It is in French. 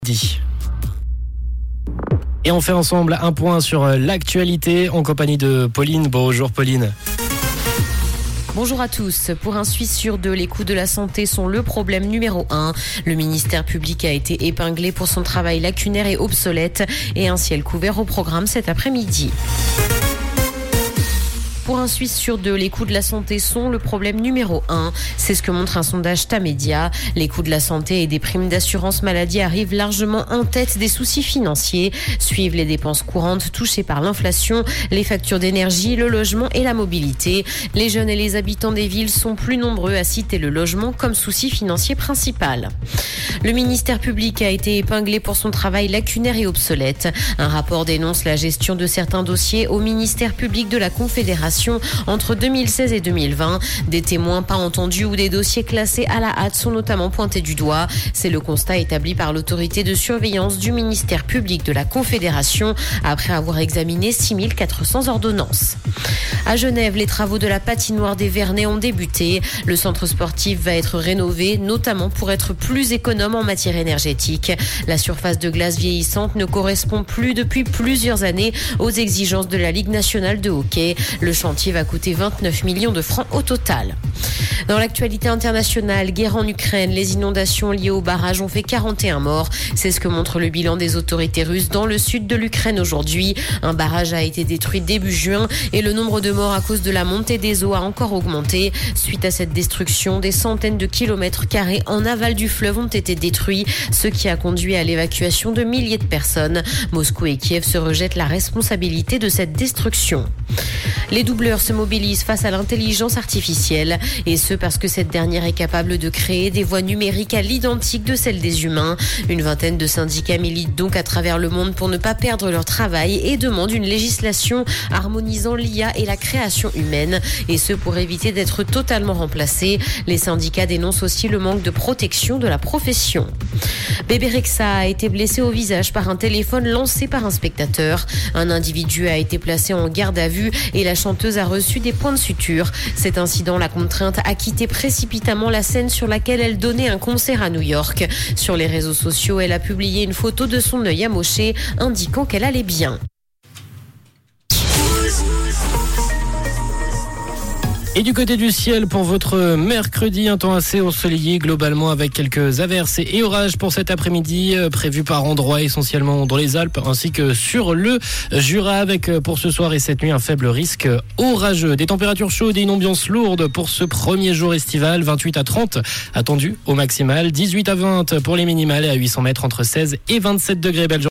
Et on fait ensemble un point sur l'actualité en compagnie de Pauline. Bonjour Pauline. Bonjour à tous. Pour un Suisse sur deux, les coûts de la santé sont le problème numéro 1. Le ministère public a été épinglé pour son travail lacunaire et obsolète et un ciel couvert au programme cet après-midi. Pour un Suisse sur deux, les coûts de la santé sont le problème numéro 1. C'est ce que montre un sondage Tamedia. Les coûts de la santé et des primes d'assurance maladie arrivent largement en tête des soucis financiers. Suivent les dépenses courantes touchées par l'inflation, les factures d'énergie, le logement et la mobilité. Les jeunes et les habitants des villes sont plus nombreux à citer le logement comme souci financier principal. Le ministère public a été épinglé pour son travail lacunaire et obsolète. Un rapport dénonce la gestion de certains dossiers au ministère public de la Confédération entre 2016 et 2020. Des témoins pas entendus ou des dossiers classés à la hâte sont notamment pointés du doigt. C'est le constat établi par l'autorité de surveillance du ministère public de la Confédération après avoir examiné 6400 ordonnances. À Genève, les travaux de la patinoire des Vernets ont débuté. Le centre sportif va être rénové, notamment pour être plus économe en matière énergétique. La surface de glace vieillissante ne correspond plus depuis plusieurs années aux exigences de la Ligue nationale de hockey. Le chantier va coûter 29 millions de francs au total. Dans l'actualité internationale, guerre en Ukraine, les inondations liées au barrage ont fait 41 morts. C'est ce que montre le bilan des autorités russes dans le sud de l'Ukraine aujourd'hui. Un barrage a été détruit début juin et le nombre de morts à cause de la montée des eaux a encore augmenté. Suite à cette destruction, des centaines de kilomètres carrés en aval du fleuve ont été détruits, ce qui a conduit à l'évacuation de milliers de personnes. Moscou et Kiev se rejettent la responsabilité de cette destruction. Les doubleurs se mobilisent face à l'intelligence artificielle et ce parce que cette dernière est capable de créer des voix numériques à l'identique de celles des humains. Une vingtaine de syndicats militent donc à travers le monde pour ne pas perdre leur travail et demandent une législation harmonisant l'IA et la création humaine et ce pour éviter d'être totalement remplacés. Les syndicats dénoncent aussi le manque de protection de la profession. Bébé Rexha a été blessé au visage par un téléphone lancé par un spectateur. Un individu a été placé en garde à vue et la chanteuse a reçu des points de suture. Cet incident l'a contrainte à quitter précipitamment la scène sur laquelle elle donnait un concert à New York. Sur les réseaux sociaux, elle a publié une photo de son œil amoché, indiquant qu'elle allait bien. Et du côté du ciel pour votre mercredi, un temps assez ensoleillé globalement avec quelques averses et orages pour cet après-midi prévus par endroits essentiellement dans les Alpes ainsi que sur le Jura avec pour ce soir et cette nuit un faible risque orageux. Des températures chaudes et une ambiance lourde pour ce premier jour estival, 28 à 30 attendu au maximal, 18 à 20 pour les minimales et à 800 mètres entre 16 et 27 degrés. Belle journée.